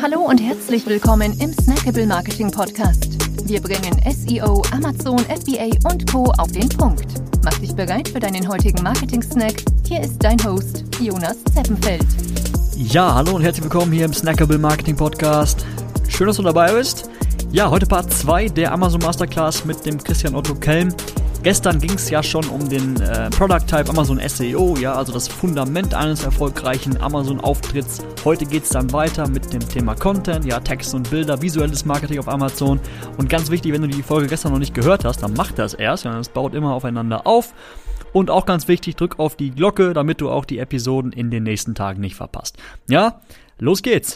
Hallo und herzlich willkommen im Snackable Marketing Podcast. Wir bringen SEO, Amazon, FBA und Co. auf den Punkt. Mach dich bereit für deinen heutigen Marketing-Snack. Hier ist dein Host, Jonas Zeppenfeld. Ja, hallo und herzlich willkommen hier im Snackable Marketing Podcast. Schön, dass du dabei bist. Ja, heute Part 2 der Amazon Masterclass mit dem Christian Otto Kelm. Gestern ging es ja schon um den Product Type Amazon SEO, ja, also das Fundament eines erfolgreichen Amazon-Auftritts. Heute geht es dann weiter mit dem Thema Content, ja, Text und Bilder, visuelles Marketing auf Amazon. Und ganz wichtig, wenn du die Folge gestern noch nicht gehört hast, dann mach das erst, ja, das baut immer aufeinander auf. Und auch ganz wichtig, drück auf die Glocke, damit du auch die Episoden in den nächsten Tagen nicht verpasst. Ja, los geht's!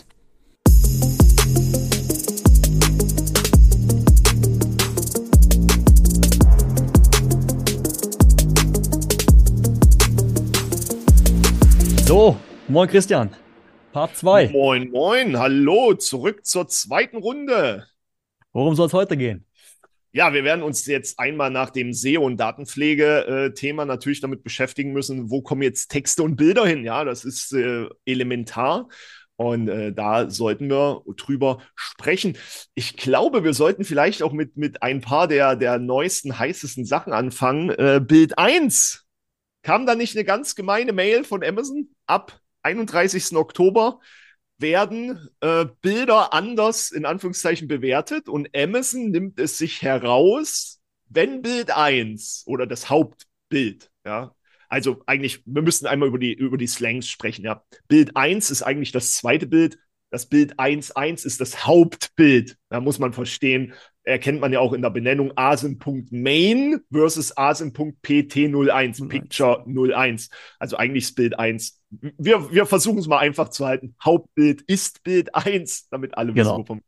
So, moin Christian, Part 2. Moin, moin, hallo, zurück zur zweiten Runde. Worum soll es heute gehen? Ja, wir werden uns jetzt einmal nach dem SEO- und Datenpflege-Thema natürlich damit beschäftigen müssen, wo kommen jetzt Texte und Bilder hin? Ja, das ist elementar und da sollten wir drüber sprechen. Ich glaube, wir sollten vielleicht auch mit ein paar der neuesten, heißesten Sachen anfangen. Bild 1. Kam da nicht eine ganz gemeine Mail von Amazon? Ab 31. Oktober werden Bilder anders in Anführungszeichen bewertet und Amazon nimmt es sich heraus, wenn Bild 1 oder das Hauptbild, ja, also eigentlich, wir müssen einmal über die Slangs sprechen, ja. Bild 1 ist eigentlich das zweite Bild, das Bild 1.1 ist das Hauptbild. Da muss man verstehen, erkennt man ja auch in der Benennung asin.main versus asin.pt01, Picture 01. Also eigentlich ist Bild 1. Wir versuchen es mal einfach zu halten. Hauptbild ist Bild 1, damit alle wissen, wovon.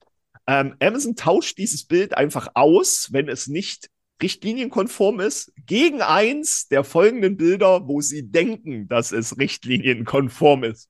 Amazon tauscht dieses Bild einfach aus, wenn es nicht richtlinienkonform ist, gegen eins der folgenden Bilder, wo sie denken, dass es richtlinienkonform ist.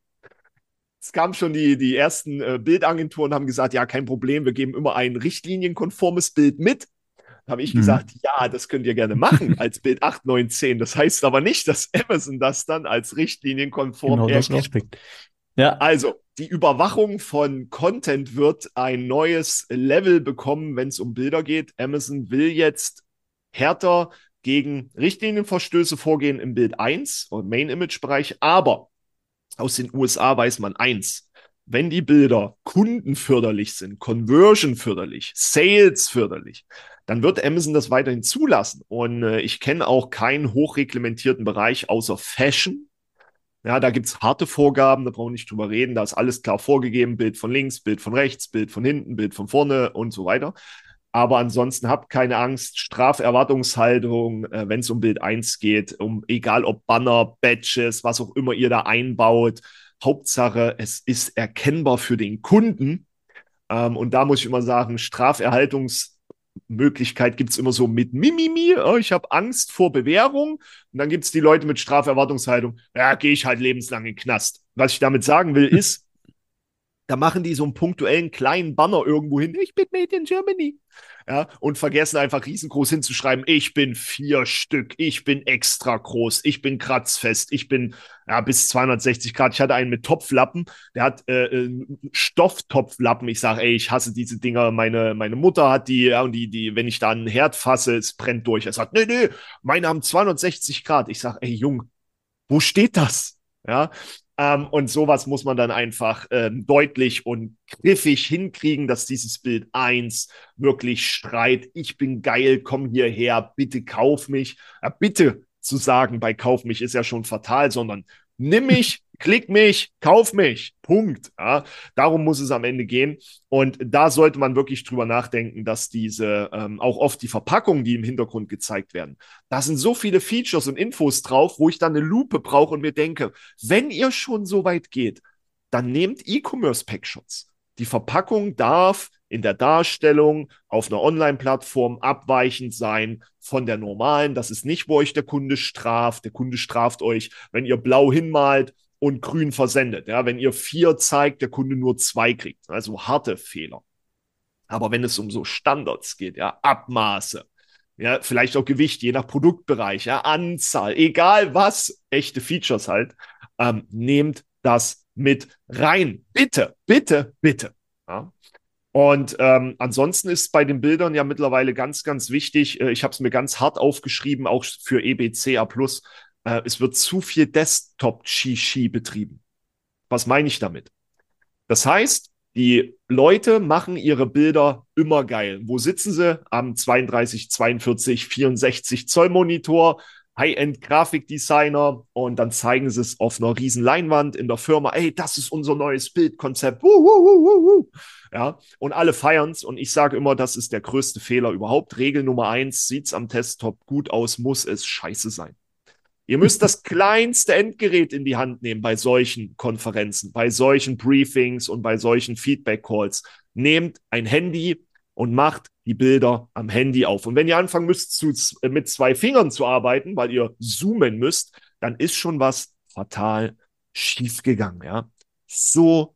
Es kamen schon die ersten Bildagenturen, haben gesagt, ja, kein Problem, wir geben immer ein richtlinienkonformes Bild mit. Da habe ich gesagt, ja, das könnt ihr gerne machen als Bild 8, 9, 10. Das heißt aber nicht, dass Amazon das dann als richtlinienkonform erkennt. Ja. Also, die Überwachung von Content wird ein neues Level bekommen, wenn es um Bilder geht. Amazon will jetzt härter gegen Richtlinienverstöße vorgehen im Bild 1 und Main-Image-Bereich, aber aus den USA weiß man eins: Wenn die Bilder kundenförderlich sind, conversion-förderlich, sales-förderlich, dann wird Amazon das weiterhin zulassen. Und ich kenne auch keinen hochreglementierten Bereich außer Fashion. Ja, da gibt es harte Vorgaben, da brauchen wir nicht drüber reden, da ist alles klar vorgegeben, Bild von links, Bild von rechts, Bild von hinten, Bild von vorne und so weiter. Aber ansonsten habt keine Angst, Straferwartungshaltung, wenn es um Bild 1 geht, egal ob Banner, Badges, was auch immer ihr da einbaut. Hauptsache, es ist erkennbar für den Kunden. Und da muss ich immer sagen, Straferhaltungsmöglichkeit gibt es immer so mit Mimimi. Oh, ich habe Angst vor Bewährung. Und dann gibt es die Leute mit Straferwartungshaltung. Ja, gehe ich halt lebenslang in den Knast. Was ich damit sagen will, ist, da machen die so einen punktuellen kleinen Banner irgendwo hin. Ich bin made in Germany. Ja, und vergessen einfach riesengroß hinzuschreiben, ich bin 4 Stück, ich bin extra groß, ich bin kratzfest, ich bin bis 260 Grad. Ich hatte einen mit Topflappen, der hat Stofftopflappen. Ich sage, ich hasse diese Dinger. Meine Mutter hat die, ja, und die, wenn ich da einen Herd fasse, es brennt durch. Er sagt, nee, meine haben 260 Grad. Ich sage, Jung, wo steht das? Ja, und sowas muss man dann einfach deutlich und griffig hinkriegen, dass dieses Bild 1 wirklich schreit, ich bin geil, komm hierher, bitte kauf mich. Bitte zu sagen bei kauf mich ist ja schon fatal, sondern nimm mich, klick mich, kauf mich, Punkt. Ja, darum muss es am Ende gehen. Und da sollte man wirklich drüber nachdenken, dass diese, auch oft die Verpackungen, die im Hintergrund gezeigt werden, da sind so viele Features und Infos drauf, wo ich dann eine Lupe brauche und mir denke, wenn ihr schon so weit geht, dann nehmt E-Commerce-Packschutz. Die Verpackung darf in der Darstellung auf einer Online-Plattform abweichend sein von der normalen. Das ist nicht, wo euch der Kunde straft. Der Kunde straft euch, wenn ihr blau hinmalt und grün versendet. Ja, wenn ihr 4 zeigt, der Kunde nur 2 kriegt. Also harte Fehler. Aber wenn es um so Standards geht, ja, Abmaße, ja, vielleicht auch Gewicht, je nach Produktbereich, ja, Anzahl, egal was, echte Features halt, nehmt das mit rein. Bitte, bitte, bitte. Ja? Und ansonsten ist bei den Bildern ja mittlerweile ganz, ganz wichtig, ich habe es mir ganz hart aufgeschrieben, auch für EBCA+, es wird zu viel Desktop-Shishi betrieben. Was meine ich damit? Das heißt, die Leute machen ihre Bilder immer geil. Wo sitzen sie? Am 32, 42, 64 Zoll Monitor, High-End-Grafikdesigner und dann zeigen sie es auf einer riesen Leinwand in der Firma. Ey, das ist unser neues Bildkonzept. Ja, und alle feiern es und ich sage immer, das ist der größte Fehler überhaupt. Regel Nummer 1, sieht es am Desktop gut aus, muss es scheiße sein. Ihr müsst das kleinste Endgerät in die Hand nehmen bei solchen Konferenzen, bei solchen Briefings und bei solchen Feedback-Calls. Nehmt ein Handy und macht die Bilder am Handy auf. Und wenn ihr anfangen müsst, mit 2 Fingern zu arbeiten, weil ihr zoomen müsst, dann ist schon was fatal schiefgegangen. Ja? So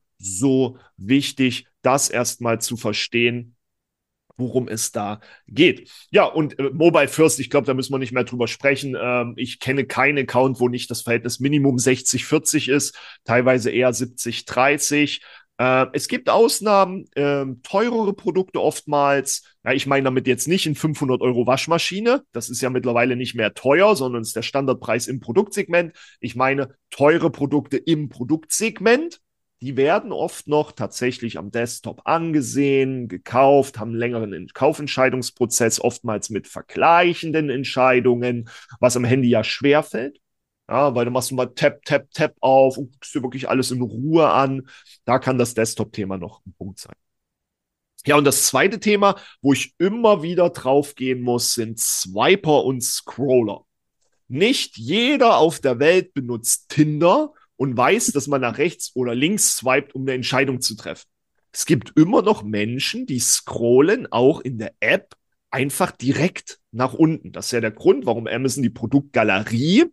wichtig, das erstmal zu verstehen, worum es da geht. Ja, und Mobile First, ich glaube, da müssen wir nicht mehr drüber sprechen. Ich kenne keinen Account, wo nicht das Verhältnis Minimum 60-40 ist, teilweise eher 70-30. Es gibt Ausnahmen, teurere Produkte oftmals. Ja, ich meine damit jetzt nicht in 500 Euro Waschmaschine. Das ist ja mittlerweile nicht mehr teuer, sondern ist der Standardpreis im Produktsegment. Ich meine teure Produkte im Produktsegment. Die werden oft noch tatsächlich am Desktop angesehen, gekauft, haben einen längeren Kaufentscheidungsprozess, oftmals mit vergleichenden Entscheidungen, was am Handy ja schwerfällt. Ja, weil du machst mal Tap, Tap, Tap auf und guckst dir wirklich alles in Ruhe an. Da kann das Desktop-Thema noch ein Punkt sein. Ja, und das zweite Thema, wo ich immer wieder drauf gehen muss, sind Swiper und Scroller. Nicht jeder auf der Welt benutzt Tinder und weiß, dass man nach rechts oder links swiped, um eine Entscheidung zu treffen. Es gibt immer noch Menschen, die scrollen auch in der App einfach direkt nach unten. Das ist ja der Grund, warum Amazon die Produktgalerie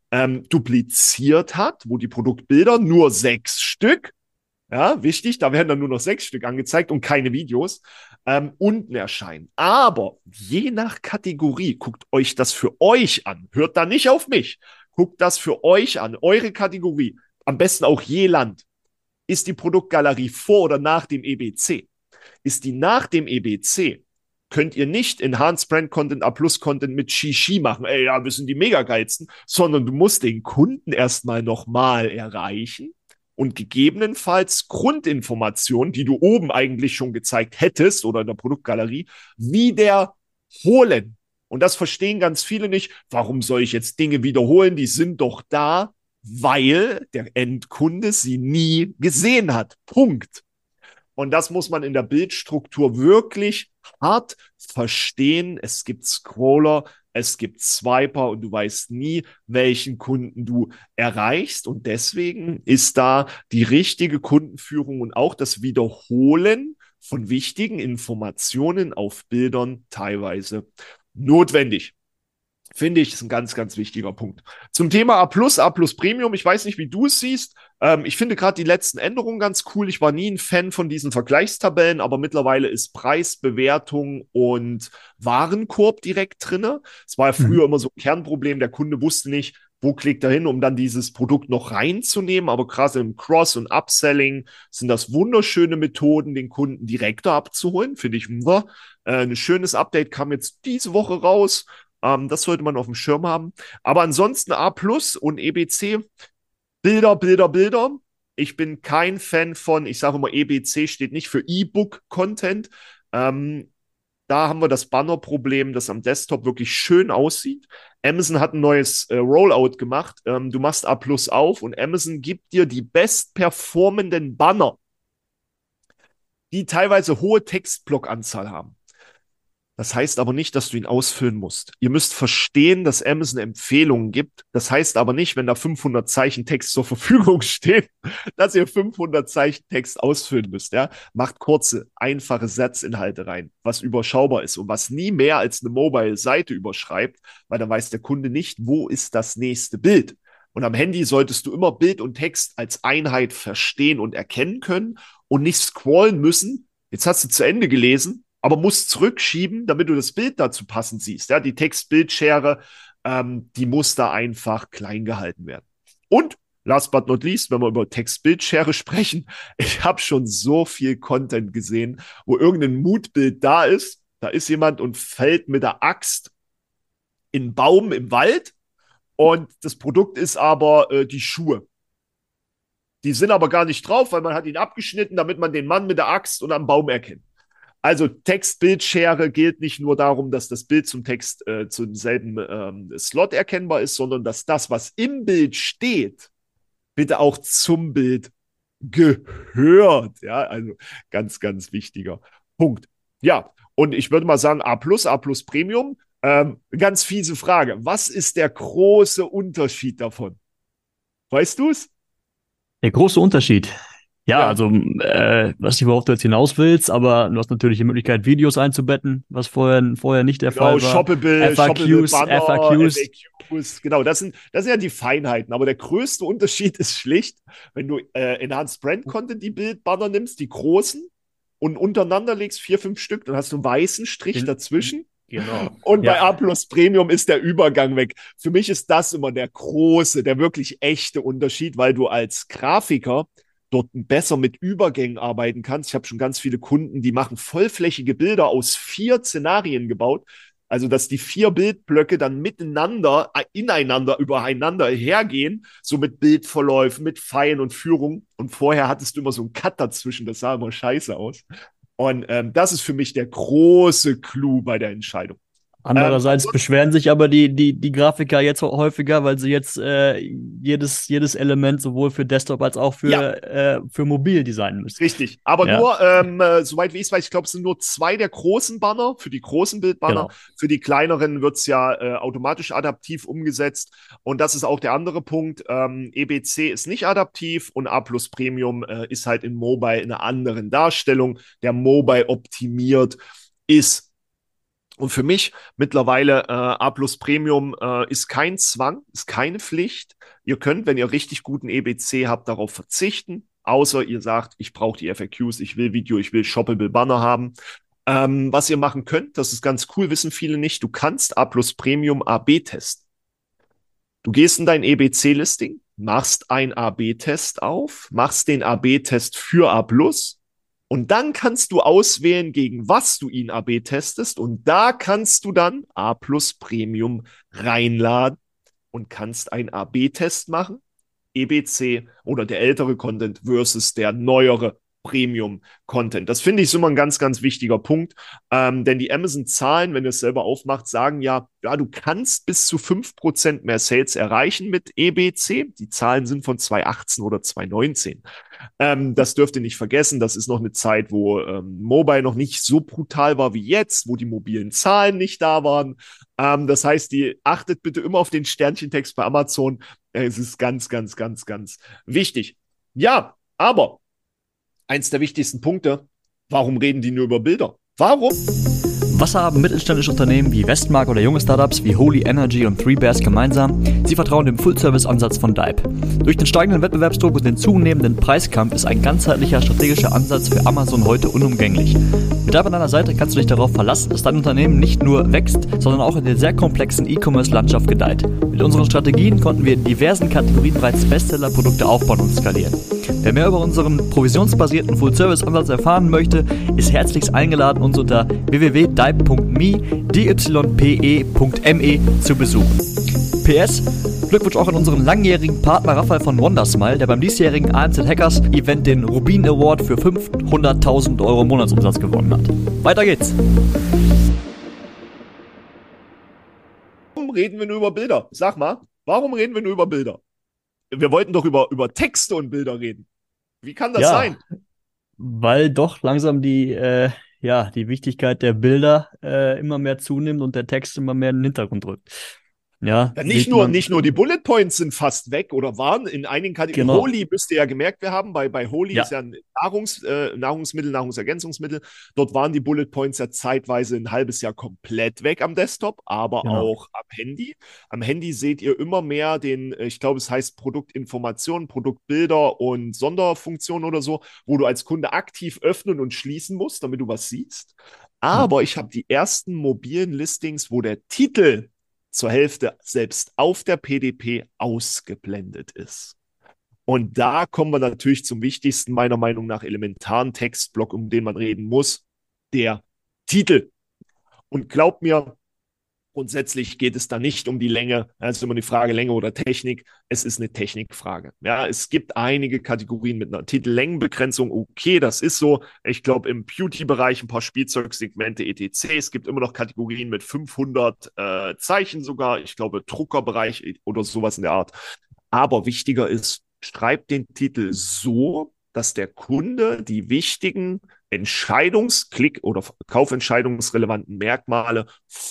dupliziert hat, wo die Produktbilder nur 6 Stück, ja, wichtig, da werden dann nur noch 6 Stück angezeigt und keine Videos, unten erscheinen. Aber je nach Kategorie, guckt euch das für euch an. Hört da nicht auf mich. Guckt das für euch an, eure Kategorie. Am besten auch je Land. Ist die Produktgalerie vor oder nach dem EBC? Ist die nach dem EBC? Könnt ihr nicht Enhanced Brand Content, A+-Content mit Shishi machen. Ey, ja, wir sind die mega geilsten. Sondern du musst den Kunden erstmal nochmal erreichen und gegebenenfalls Grundinformationen, die du oben eigentlich schon gezeigt hättest oder in der Produktgalerie, wiederholen. Und das verstehen ganz viele nicht. Warum soll ich jetzt Dinge wiederholen? Die sind doch da, weil der Endkunde sie nie gesehen hat. Punkt. Und das muss man in der Bildstruktur wirklich hart verstehen. Es gibt Scroller, es gibt Swiper und du weißt nie, welchen Kunden du erreichst. Und deswegen ist da die richtige Kundenführung und auch das Wiederholen von wichtigen Informationen auf Bildern teilweise notwendig. Finde ich, ist ein ganz, ganz wichtiger Punkt. Zum Thema A+, A+ Premium, ich weiß nicht, wie du es siehst. Ich finde gerade die letzten Änderungen ganz cool. Ich war nie ein Fan von diesen Vergleichstabellen, aber mittlerweile ist Preis, Bewertung und Warenkorb direkt drin. Es war ja früher immer so ein Kernproblem, der Kunde wusste nicht, wo klickt er hin, um dann dieses Produkt noch reinzunehmen. Aber gerade im Cross- und Upselling sind das wunderschöne Methoden, den Kunden direkter abzuholen. Finde ich, ein schönes Update kam jetzt diese Woche raus. Das sollte man auf dem Schirm haben. Aber ansonsten A+ und EBC, Bilder. Ich bin kein Fan von, ich sage immer, EBC steht nicht für E-Book-Content. Da haben wir das Banner-Problem, das am Desktop wirklich schön aussieht. Amazon hat ein neues Rollout gemacht. Du machst A+ auf und Amazon gibt dir die bestperformenden Banner, die teilweise hohe Textblockanzahl haben. Das heißt aber nicht, dass du ihn ausfüllen musst. Ihr müsst verstehen, dass Amazon Empfehlungen gibt. Das heißt aber nicht, wenn da 500 Zeichen Text zur Verfügung steht, dass ihr 500 Zeichen Text ausfüllen müsst. Ja? Macht kurze, einfache Satzinhalte rein, was überschaubar ist und was nie mehr als eine Mobile-Seite überschreibt, weil dann weiß der Kunde nicht, wo ist das nächste Bild. Und am Handy solltest du immer Bild und Text als Einheit verstehen und erkennen können und nicht scrollen müssen. Jetzt hast du zu Ende gelesen, aber musst zurückschieben, damit du das Bild dazu passend siehst. Ja, die Text-Bild-Schere, die muss da einfach klein gehalten werden. Und last but not least, wenn wir über Text-Bildschere sprechen, ich habe schon so viel Content gesehen, wo irgendein Moodbild da ist jemand und fällt mit der Axt in einen Baum im Wald und das Produkt ist aber die Schuhe. Die sind aber gar nicht drauf, weil man hat ihn abgeschnitten, damit man den Mann mit der Axt und am Baum erkennt. Also Text-Bildschere gilt nicht nur darum, dass das Bild zum Text zum selben Slot erkennbar ist, sondern dass das, was im Bild steht, bitte auch zum Bild gehört. Ja, also ganz, ganz wichtiger Punkt. Ja, und ich würde mal sagen, A plus Premium. Ganz fiese Frage. Was ist der große Unterschied davon? Weißt du es? Der große Unterschied. Ja, Ja. also, weiß nicht, worauf du jetzt hinaus willst, aber du hast natürlich die Möglichkeit, Videos einzubetten, was vorher nicht der Genau, Fall war. Shoppable FAQs, Banner, FAQs. FAQs, genau, das sind ja die Feinheiten. Aber der größte Unterschied ist schlicht, wenn du Enhanced Brand Content, die Bildbanner nimmst, die großen, und untereinander legst 4, 5 Stück, dann hast du einen weißen Strich dazwischen. Genau. Und bei Ja. A plus Premium ist der Übergang weg. Für mich ist das immer der große, der wirklich echte Unterschied, weil du als Grafiker dort besser mit Übergängen arbeiten kannst. Ich habe schon ganz viele Kunden, die machen vollflächige Bilder aus 4 Szenarien gebaut. Also, dass die 4 Bildblöcke dann miteinander, ineinander, übereinander hergehen, so mit Bildverläufen, mit Pfeilen und Führung. Und vorher hattest du immer so einen Cut dazwischen, das sah immer scheiße aus. Und das ist für mich der große Clou bei der Entscheidung. Andererseits beschweren sich aber die Grafiker jetzt häufiger, weil sie jetzt jedes Element sowohl für Desktop als auch Ja, für mobil designen müssen. richtig. Aber Ja. nur, soweit wie ich es weiß, ich glaube, es sind nur 2 der großen Banner, für die großen Bildbanner. Genau. Für die kleineren wird es ja automatisch adaptiv umgesetzt. Und das ist auch der andere Punkt. EBC ist nicht adaptiv und A plus Premium ist halt in Mobile in einer anderen Darstellung, der Mobile optimiert ist. Und für mich mittlerweile A plus Premium ist kein Zwang, ist keine Pflicht. Ihr könnt, wenn ihr richtig guten EBC habt, darauf verzichten. Außer ihr sagt, ich brauche die FAQs, ich will Video, ich will Shoppable Banner haben. Was ihr machen könnt, das ist ganz cool, wissen viele nicht, du kannst A plus Premium AB testen. Du gehst in dein EBC-Listing, machst einen AB-Test auf, machst den AB-Test für A plus. Und dann kannst du auswählen, gegen was du ihn AB testest. Und da kannst du dann A plus Premium reinladen und kannst einen AB-Test machen. EBC oder der ältere Content versus der neuere Premium-Content. Das finde ich ist immer ein ganz, ganz wichtiger Punkt. Denn die Amazon-Zahlen, wenn ihr es selber aufmacht, sagen ja, du kannst bis zu 5% mehr Sales erreichen mit EBC. Die Zahlen sind von 2018 oder 2019. Das dürft ihr nicht vergessen. Das ist noch eine Zeit, wo Mobile noch nicht so brutal war wie jetzt, wo die mobilen Zahlen nicht da waren. Das heißt, achtet bitte immer auf den Sternchentext bei Amazon. Es ist ganz, ganz, ganz, ganz wichtig. Ja, aber eins der wichtigsten Punkte, warum reden die nur über Bilder? Warum? Was haben mittelständische Unternehmen wie Westmark oder junge Startups wie Holy Energy und 3Bears gemeinsam? Sie vertrauen dem Full-Service-Ansatz von Dive. Durch den steigenden Wettbewerbsdruck und den zunehmenden Preiskampf ist ein ganzheitlicher strategischer Ansatz für Amazon heute unumgänglich. Mit Dive an deiner Seite kannst du dich darauf verlassen, dass dein Unternehmen nicht nur wächst, sondern auch in der sehr komplexen E-Commerce-Landschaft gedeiht. Mit unseren Strategien konnten wir in diversen Kategorien bereits Bestseller-Produkte aufbauen und skalieren. Wer mehr über unseren provisionsbasierten Full-Service-Ansatz erfahren möchte, ist herzlichst eingeladen, uns unter www.dype.me zu besuchen. PS, Glückwunsch auch an unseren langjährigen Partner Raphael von Wondersmile, der beim diesjährigen ANZ Hackers Event den Rubin Award für 500.000 Euro Monatsumsatz gewonnen hat. Weiter geht's! Warum reden wir nur über Bilder? Sag mal, warum reden wir nur über Bilder? Wir wollten doch über Texte und Bilder reden. Wie kann das sein? Weil doch langsam die Wichtigkeit der Bilder immer mehr zunimmt und der Text immer mehr in den Hintergrund rückt. Ja, nicht nur die Bullet Points sind fast weg oder waren in einigen Kategorien. Genau. Holy müsst ihr ja gemerkt, wir haben bei Holy ist ja ein Nahrungsmittel, Nahrungsergänzungsmittel. Dort waren die Bullet Points ja zeitweise ein halbes Jahr komplett weg am Desktop, aber auch am Handy. Am Handy seht ihr immer mehr ich glaube, es heißt Produktinformation, Produktbilder und Sonderfunktionen oder so, wo du als Kunde aktiv öffnen und schließen musst, damit du was siehst. Aber ich habe die ersten mobilen Listings, wo der Titel zur Hälfte selbst auf der PDP ausgeblendet ist. Und da kommen wir natürlich zum wichtigsten, meiner Meinung nach, elementaren Textblock, um den man reden muss, der Titel. Und glaubt mir, grundsätzlich geht es da nicht um die Länge. Es ist immer die Frage Länge oder Technik. Es ist eine Technikfrage. Ja, es gibt einige Kategorien mit einer Titellängenbegrenzung. Okay, das ist so. Ich glaube, im Beauty-Bereich ein paar Spielzeugsegmente etc. Es gibt immer noch Kategorien mit 500 Zeichen sogar. Ich glaube, Druckerbereich oder sowas in der Art. Aber wichtiger ist, schreibt den Titel so, dass der Kunde die wichtigen Klick- oder kaufentscheidungsrelevanten Merkmale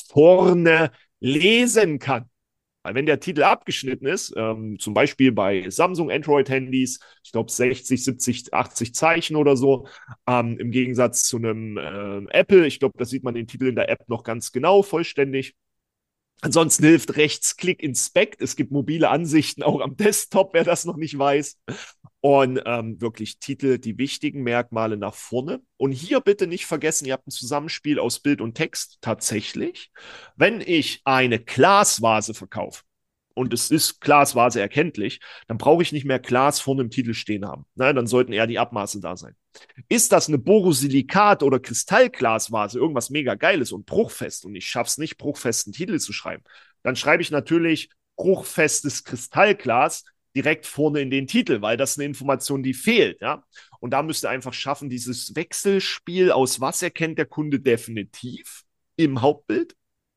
vorne lesen kann. Weil wenn der Titel abgeschnitten ist, zum Beispiel bei Samsung Android-Handys, ich glaube 60, 70, 80 Zeichen oder so, im Gegensatz zu einem Apple, ich glaube, das sieht man den Titel in der App noch ganz genau, vollständig. Ansonsten hilft Rechtsklick Inspect. Es gibt mobile Ansichten auch am Desktop, wer das noch nicht weiß. Und wirklich Titel, die wichtigen Merkmale nach vorne. Und hier bitte nicht vergessen, ihr habt ein Zusammenspiel aus Bild und Text tatsächlich. Wenn ich eine Glasvase verkaufe, und es ist Glasvase erkenntlich, dann brauche ich nicht mehr Glas vorne im Titel stehen haben. Na, dann sollten eher die Abmaße da sein. Ist das eine Borosilikat- oder Kristallglasvase, irgendwas mega Geiles und bruchfest und ich schaffe es nicht, bruchfesten Titel zu schreiben, dann schreibe ich natürlich bruchfestes Kristallglas direkt vorne in den Titel, weil das eine Information, die fehlt. Ja? Und da müsst ihr einfach schaffen, dieses Wechselspiel aus was erkennt der Kunde definitiv im Hauptbild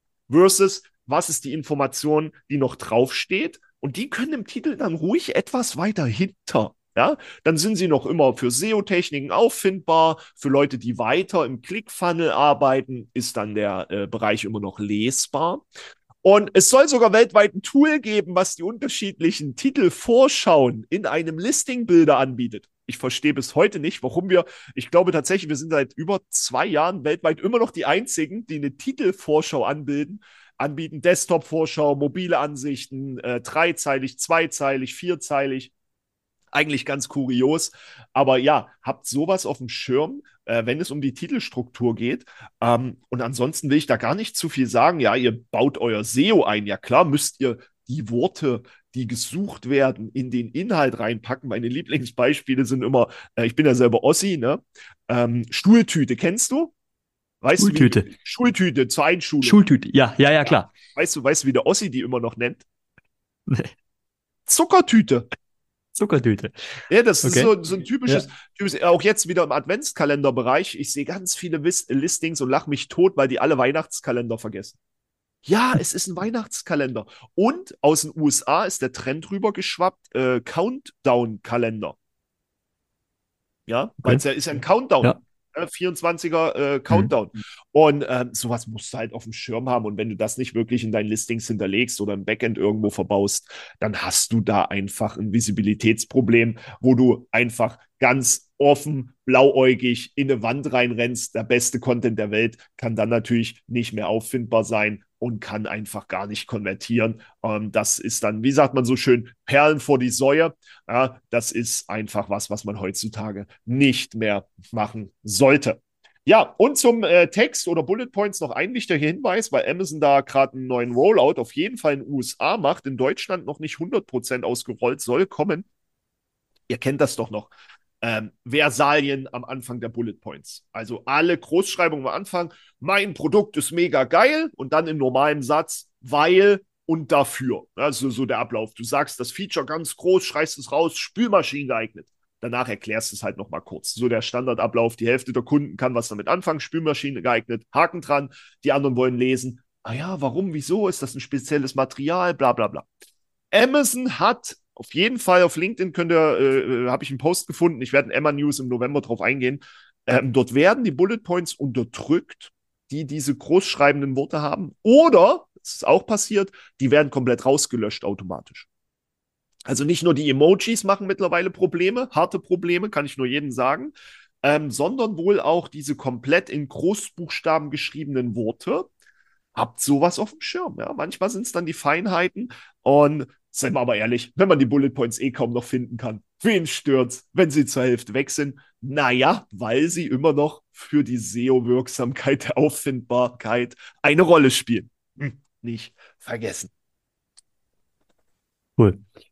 versus was ist die Information, die noch draufsteht. Und die können im Titel dann ruhig etwas weiter hinter. Ja, dann sind sie noch immer für SEO-Techniken auffindbar. Für Leute, die weiter im Click-Funnel arbeiten, ist dann der Bereich immer noch lesbar. Und es soll sogar weltweit ein Tool geben, was die unterschiedlichen Titelvorschauen in einem Listing-Builder anbietet. Ich verstehe bis heute nicht, warum ich glaube tatsächlich, wir sind seit über 2 Jahren weltweit immer noch die einzigen, die eine Titelvorschau anbieten. Desktop-Vorschau, mobile Ansichten, dreizeilig, zweizeilig, vierzeilig. Eigentlich ganz kurios. Aber ja, habt sowas auf dem Schirm, wenn es um die Titelstruktur geht. Und ansonsten will ich da gar nicht zu viel sagen. Ja, ihr baut euer SEO ein. Ja, klar, müsst ihr die Worte, die gesucht werden, in den Inhalt reinpacken. Meine Lieblingsbeispiele sind immer, ich bin ja selber Ossi, ne? Stuhltüte, kennst du? Weißt du, Schultüte. Schultüte zur Einschulung. Schultüte, ja, klar. Weißt du, wie der Ossi die immer noch nennt? Nee. Zuckertüte. Zuckertüte. Ja, das ist Okay. so ein typisches, auch jetzt wieder im Adventskalenderbereich. Ich sehe ganz viele Listings und lache mich tot, weil die alle Weihnachtskalender vergessen. Ja, es ist ein Weihnachtskalender. Und aus den USA ist der Trend rüber geschwappt, Countdown-Kalender. Ja, weil es Okay. ja ist ja ein Countdown. Ja. 24er Mhm. Countdown. Und sowas musst du halt auf dem Schirm haben. Und wenn du das nicht wirklich in deinen Listings hinterlegst oder im Backend irgendwo verbaust, dann hast du da einfach ein Visibilitätsproblem, wo du einfach ganz offen, blauäugig in eine Wand reinrennst. Der beste Content der Welt kann dann natürlich nicht mehr auffindbar sein und kann einfach gar nicht konvertieren. Das ist dann, wie sagt man so schön, Perlen vor die Säue. Ja, das ist einfach was man heutzutage nicht mehr machen sollte. Ja, und zum Text oder Bullet Points noch ein wichtiger Hinweis, weil Amazon da gerade einen neuen Rollout auf jeden Fall in den USA macht, in Deutschland noch nicht 100% ausgerollt, soll kommen. Ihr kennt das doch noch. Versalien am Anfang der Bullet Points. Also alle Großschreibungen am Anfang, mein Produkt ist mega geil und dann im normalen Satz, weil und dafür. Also so der Ablauf. Du sagst das Feature ganz groß, schreist es raus, Spülmaschinen geeignet. Danach erklärst du es halt nochmal kurz. So der Standardablauf. Die Hälfte der Kunden kann was damit anfangen, Spülmaschine geeignet, Haken dran. Die anderen wollen lesen. Ah ja, warum, wieso? Ist das ein spezielles Material? Bla bla bla. Amazon hat auf jeden Fall auf LinkedIn habe ich einen Post gefunden. Ich werde in Emma News im November drauf eingehen. Dort werden die Bullet Points unterdrückt, die diese großschreibenden Worte haben. Oder, das ist auch passiert, die werden komplett rausgelöscht automatisch. Also nicht nur die Emojis machen mittlerweile Probleme, harte Probleme, kann ich nur jedem sagen, sondern wohl auch diese komplett in Großbuchstaben geschriebenen Worte. Habt sowas auf dem Schirm. Ja? Manchmal sind es dann die Feinheiten. Und seien wir aber ehrlich, wenn man die Bullet Points kaum noch finden kann, wen stört's, wenn sie zur Hälfte weg sind? Naja, weil sie immer noch für die SEO-Wirksamkeit der Auffindbarkeit eine Rolle spielen. Nicht vergessen. Cool.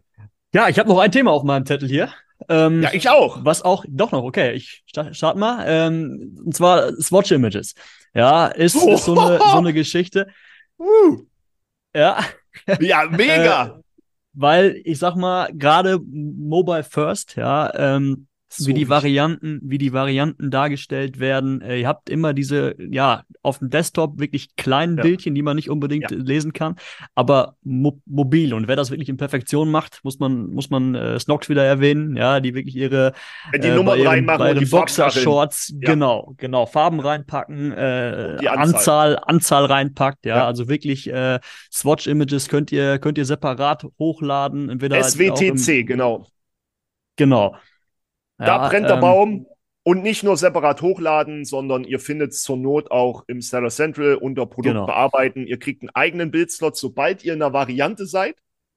Ja, ich habe noch ein Thema auf meinem Zettel hier. Ja, ich auch. Was auch, doch noch, okay, ich starte mal. Und zwar Swatch Images. Ja, ist so eine Geschichte. Uh, Ja, ja, äh, mega. weil ich sag mal, gerade Mobile First, ja, So wichtig. Wie die Varianten dargestellt werden. Ihr habt immer diese, ja, auf dem Desktop wirklich kleinen Ja, Bildchen, die man nicht unbedingt ja. lesen kann, aber mobil. Und wer das wirklich in Perfektion macht, muss man Snox wieder erwähnen, ja, die wirklich Die Nummern reinmachen bei und die ihren Farbkacheln. Boxershorts, Ja, genau, Farben reinpacken, und die Anzahl. Anzahl reinpackt, ja, Ja. also wirklich Swatch-Images könnt ihr separat hochladen, entweder auch SWTC, im, genau. genau, Da ja, brennt der Baum. Und nicht nur separat hochladen, sondern ihr findet es zur Not auch im Seller Central unter Produkt genau, bearbeiten. Ihr kriegt einen eigenen Bildslot, sobald ihr in der Variante seid.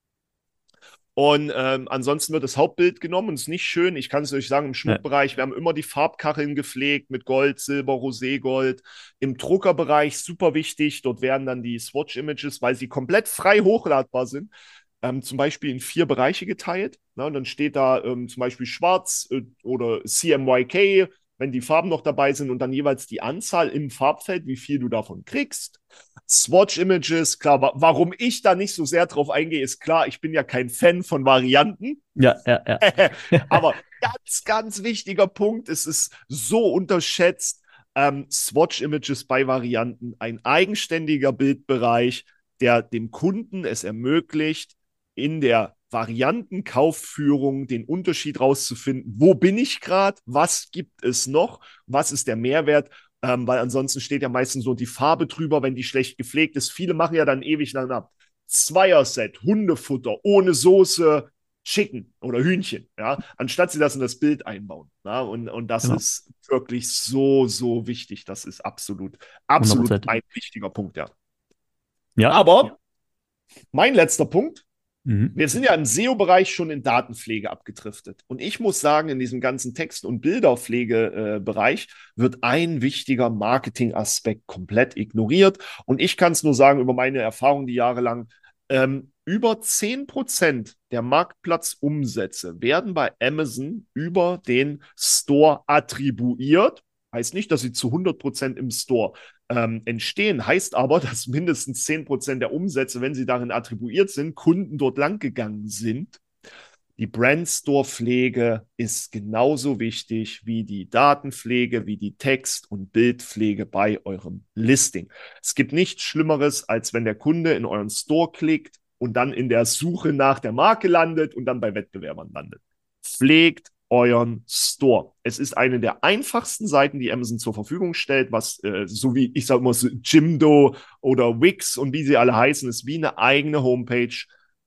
Und ansonsten wird das Hauptbild genommen und ist nicht schön. Ich kann es euch sagen, im ja, Schmuckbereich, wir haben immer die Farbkacheln gepflegt mit Gold, Silber, Roségold. Im Druckerbereich super wichtig. Dort werden dann die Swatch-Images, weil sie komplett frei hochladbar sind, zum Beispiel in 4 Bereiche geteilt. Na, und dann steht da zum Beispiel schwarz oder CMYK, wenn die Farben noch dabei sind und dann jeweils die Anzahl im Farbfeld, wie viel du davon kriegst. Swatch-Images, klar, warum ich da nicht so sehr drauf eingehe, ist klar, ich bin ja kein Fan von Varianten. ja. Aber ganz, ganz wichtiger Punkt, es ist so unterschätzt. Swatch-Images bei Varianten, ein eigenständiger Bildbereich, der dem Kunden es ermöglicht, in der Variantenkaufführung den Unterschied rauszufinden, wo bin ich gerade, was gibt es noch, was ist der Mehrwert, weil ansonsten steht ja meistens so die Farbe drüber, wenn die schlecht gepflegt ist. Viele machen ja dann ewig lang ab. Zweierset, Hundefutter, ohne Soße, Chicken oder Hühnchen, ja, anstatt sie das in das Bild einbauen. Ja, und das Genau, ist wirklich so, so wichtig. Das ist absolut 100%. ein wichtiger Punkt, ja. Ja, Aber mein letzter Punkt, mhm. wir sind ja im SEO-Bereich schon in Datenpflege abgedriftet. Und ich muss sagen, in diesem ganzen Text- und Bilderpflegebereich wird ein wichtiger Marketingaspekt komplett ignoriert. Und ich kann es nur sagen, über meine Erfahrung die Jahre lang, über 10% der Marktplatzumsätze werden bei Amazon über den Store attribuiert. Heißt nicht, dass sie zu 100% im Store entstehen, heißt aber, dass mindestens 10% der Umsätze, wenn sie darin attribuiert sind, Kunden dort langgegangen sind. Die Brandstore-Pflege ist genauso wichtig wie die Datenpflege, wie die Text- und Bildpflege bei eurem Listing. Es gibt nichts Schlimmeres, als wenn der Kunde in euren Store klickt und dann in der Suche nach der Marke landet und dann bei Wettbewerbern landet. Pflegt euren Store. Es ist eine der einfachsten Seiten, die Amazon zur Verfügung stellt, was so wie ich sage immer so Jimdo oder Wix und wie sie alle heißen, ist wie eine eigene Homepage,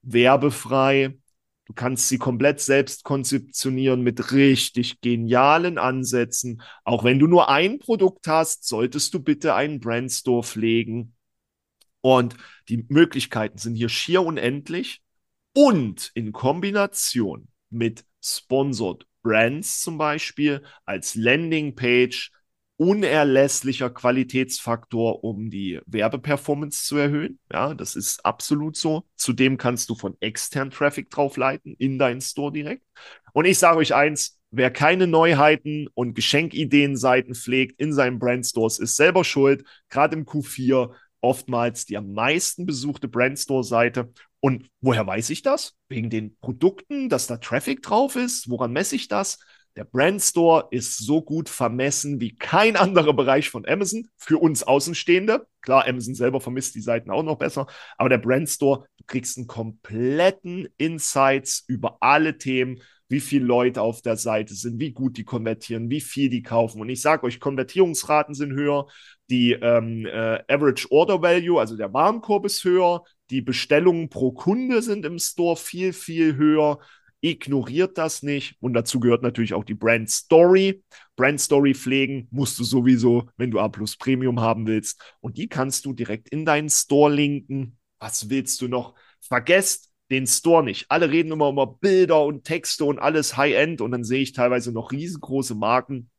werbefrei. Du kannst sie komplett selbst konzeptionieren mit richtig genialen Ansätzen. Auch wenn du nur ein Produkt hast, solltest du bitte einen Brandstore pflegen. Und die Möglichkeiten sind hier schier unendlich. Und in Kombination mit Sponsored Brands zum Beispiel als Landingpage unerlässlicher Qualitätsfaktor, um die Werbeperformance zu erhöhen. Ja, das ist absolut so. Zudem kannst du von externen Traffic draufleiten in deinen Store direkt. Und ich sage euch eins, wer keine Neuheiten und Geschenkideenseiten pflegt in seinen Brandstores, ist selber schuld. Gerade im Q4 oftmals die am meisten besuchte Brandstore-Seite. Und woher weiß ich das? Wegen den Produkten, dass da Traffic drauf ist? Woran messe ich das? Der Brandstore ist so gut vermessen wie kein anderer Bereich von Amazon für uns Außenstehende. Klar, Amazon selber vermisst die Seiten auch noch besser, aber der Brandstore, du kriegst einen kompletten Insights über alle Themen, wie viele Leute auf der Seite sind, wie gut die konvertieren, wie viel die kaufen. Und ich sage euch, Konvertierungsraten sind höher, die Average Order Value, also der Warenkorb ist höher, die Bestellungen pro Kunde sind im Store viel, viel höher. Ignoriert das nicht. Und dazu gehört natürlich auch die Brand Story. Brand Story pflegen musst du sowieso, wenn du A+ Premium haben willst. Und die kannst du direkt in deinen Store linken. Was willst du noch? Vergesst den Store nicht. Alle reden immer über Bilder und Texte und alles High-End. Und dann sehe ich teilweise noch riesengroße Marken,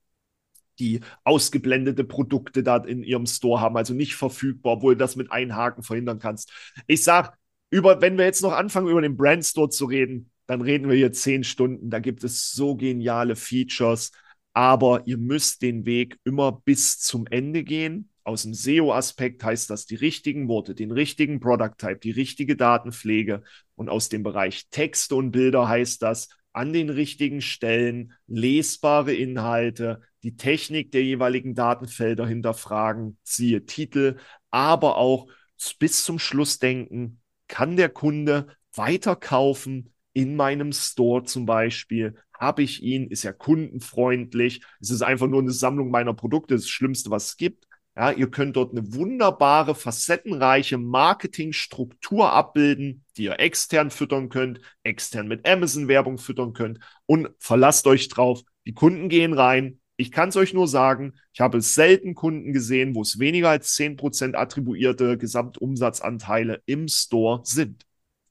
die ausgeblendete Produkte da in ihrem Store haben, also nicht verfügbar, obwohl du das mit einem Haken verhindern kannst. Ich sag, wenn wir jetzt noch anfangen, über den Brandstore zu reden, dann reden wir hier 10 Stunden. Da gibt es so geniale Features, aber ihr müsst den Weg immer bis zum Ende gehen. Aus dem SEO-Aspekt heißt das die richtigen Worte, den richtigen Product-Type, die richtige Datenpflege. Und aus dem Bereich Texte und Bilder heißt das an den richtigen Stellen lesbare Inhalte, die Technik der jeweiligen Datenfelder hinterfragen, siehe Titel, aber auch bis zum Schluss denken, kann der Kunde weiterkaufen in meinem Store zum Beispiel? Habe ich ihn? Ist er kundenfreundlich? Es ist einfach nur eine Sammlung meiner Produkte, das Schlimmste, was es gibt. Ja, ihr könnt dort eine wunderbare, facettenreiche Marketingstruktur abbilden, die ihr extern füttern könnt, extern mit Amazon-Werbung füttern könnt und verlasst euch drauf. Die Kunden gehen rein. Ich kann es euch nur sagen, ich habe selten Kunden gesehen, wo es weniger als 10% attribuierte Gesamtumsatzanteile im Store sind.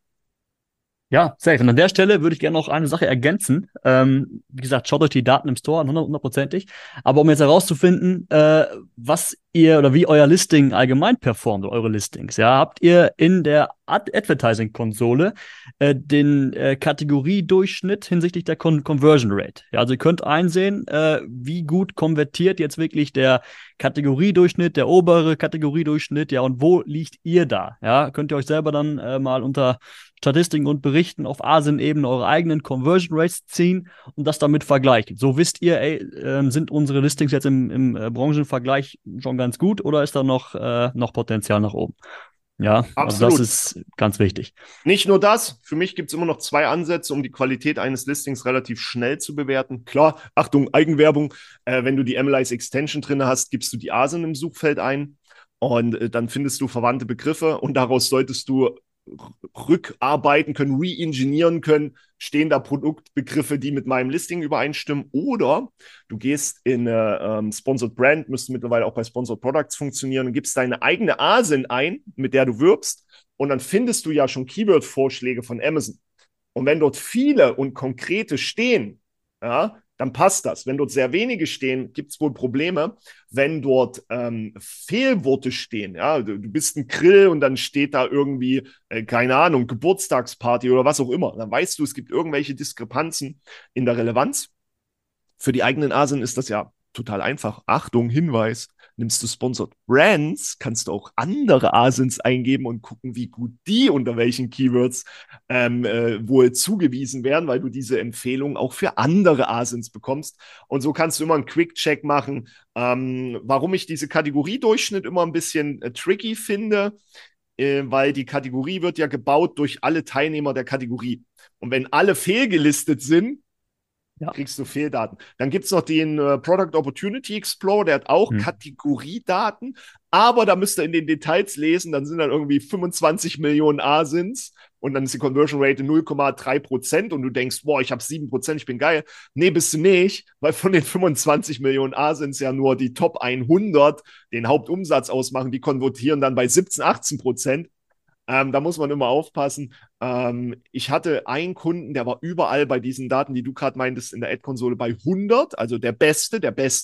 Ja, safe. Und an der Stelle würde ich gerne noch eine Sache ergänzen. Wie gesagt, schaut euch die Daten im Store an, 100%. Aber um jetzt herauszufinden, was ihr oder wie euer Listing allgemein performt, eure Listings, ja, habt ihr in der Advertising-Konsole den Kategoriedurchschnitt hinsichtlich der Conversion Rate. Ja, also ihr könnt einsehen, wie gut konvertiert jetzt wirklich der Kategoriedurchschnitt, der obere Kategoriedurchschnitt, ja, und wo liegt ihr da? Ja, könnt ihr euch selber dann mal unter Statistiken und Berichten auf ASIN-Ebene eure eigenen Conversion Rates ziehen und das damit vergleichen. So wisst ihr, sind unsere Listings jetzt im Branchenvergleich schon ganz gut oder ist da noch Potenzial nach oben? Ja, absolut. Also das ist ganz wichtig. Nicht nur das, für mich gibt es immer noch 2 Ansätze, um die Qualität eines Listings relativ schnell zu bewerten. Klar, Achtung, Eigenwerbung, wenn du die Analyze Extension drin hast, gibst du die ASIN im Suchfeld ein und dann findest du verwandte Begriffe und daraus solltest du rückarbeiten können, re-engineeren können, stehen da Produktbegriffe, die mit meinem Listing übereinstimmen, oder du gehst in Sponsored Brand, müsste mittlerweile auch bei Sponsored Products funktionieren, und gibst deine eigene ASIN ein, mit der du wirbst, und dann findest du ja schon Keyword-Vorschläge von Amazon. Und wenn dort viele und konkrete stehen, ja, dann passt das. Wenn dort sehr wenige stehen, gibt es wohl Probleme. Wenn dort Fehlworte stehen, ja, du bist ein Grill und dann steht da irgendwie, keine Ahnung, Geburtstagsparty oder was auch immer, dann weißt du, es gibt irgendwelche Diskrepanzen in der Relevanz. Für die eigenen ASIN ist das ja total einfach. Achtung, Hinweis, nimmst du Sponsored Brands, kannst du auch andere ASINs eingeben und gucken, wie gut die unter welchen Keywords wohl zugewiesen werden, weil du diese Empfehlungen auch für andere ASINs bekommst. Und so kannst du immer einen Quick-Check machen. Warum ich diese Kategoriedurchschnitt immer ein bisschen tricky finde, weil die Kategorie wird ja gebaut durch alle Teilnehmer der Kategorie. Und wenn alle fehlgelistet sind, ja, kriegst du Fehldaten. Dann gibt es noch den Product Opportunity Explorer, der hat auch Kategoriedaten, aber da müsst ihr in den Details lesen, dann sind dann irgendwie 25 Millionen ASINs und dann ist die Conversion Rate 0,3% und du denkst, boah, ich habe 7%, ich bin geil. Nee, bist du nicht, weil von den 25 Millionen ASINs ja nur die Top 100 den Hauptumsatz ausmachen, die konvertieren dann bei 17-18%. Da muss man immer aufpassen. Ich hatte einen Kunden, der war überall bei diesen Daten, die du gerade meintest, in der Ad-Konsole bei 100, also der Beste.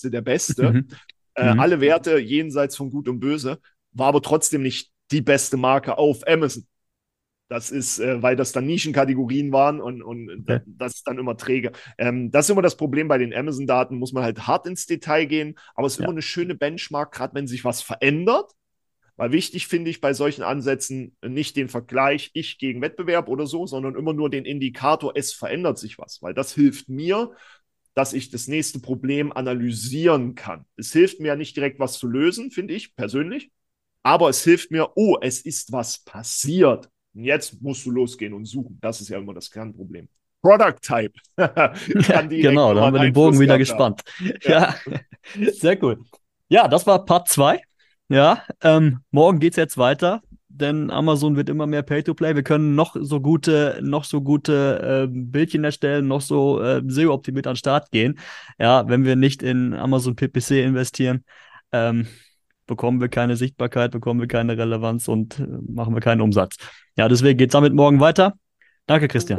Alle Werte jenseits von Gut und Böse, war aber trotzdem nicht die beste Marke auf Amazon. Das ist, weil das dann Nischenkategorien waren und okay, das ist dann immer träge. Das ist immer das Problem bei den Amazon-Daten, muss man halt hart ins Detail gehen, aber es ist immer eine schöne Benchmark, gerade wenn sich was verändert. Weil wichtig finde ich bei solchen Ansätzen nicht den Vergleich ich gegen Wettbewerb oder so, sondern immer nur den Indikator, es verändert sich was. Weil das hilft mir, dass ich das nächste Problem analysieren kann. Es hilft mir ja nicht direkt was zu lösen, finde ich persönlich. Aber es hilft mir, oh, es ist was passiert. Und jetzt musst du losgehen und suchen. Das ist ja immer das Kernproblem. Product Type. Genau, da haben wir den Bogen wieder gespannt. Ja, sehr cool. Ja, das war Part 2. Ja, morgen geht's jetzt weiter, denn Amazon wird immer mehr Pay-to-Play. Wir können noch so gute Bildchen erstellen, noch so SEO-optimiert an den Start gehen. Ja, wenn wir nicht in Amazon PPC investieren, bekommen wir keine Sichtbarkeit, bekommen wir keine Relevanz und machen wir keinen Umsatz. Ja, deswegen geht's damit morgen weiter. Danke, Christian.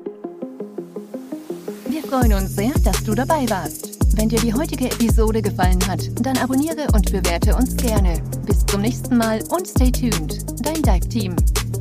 Wir freuen uns sehr, dass du dabei warst. Wenn dir die heutige Episode gefallen hat, dann abonniere und bewerte uns gerne. Bis zum nächsten Mal und stay tuned. Dein Dive Team.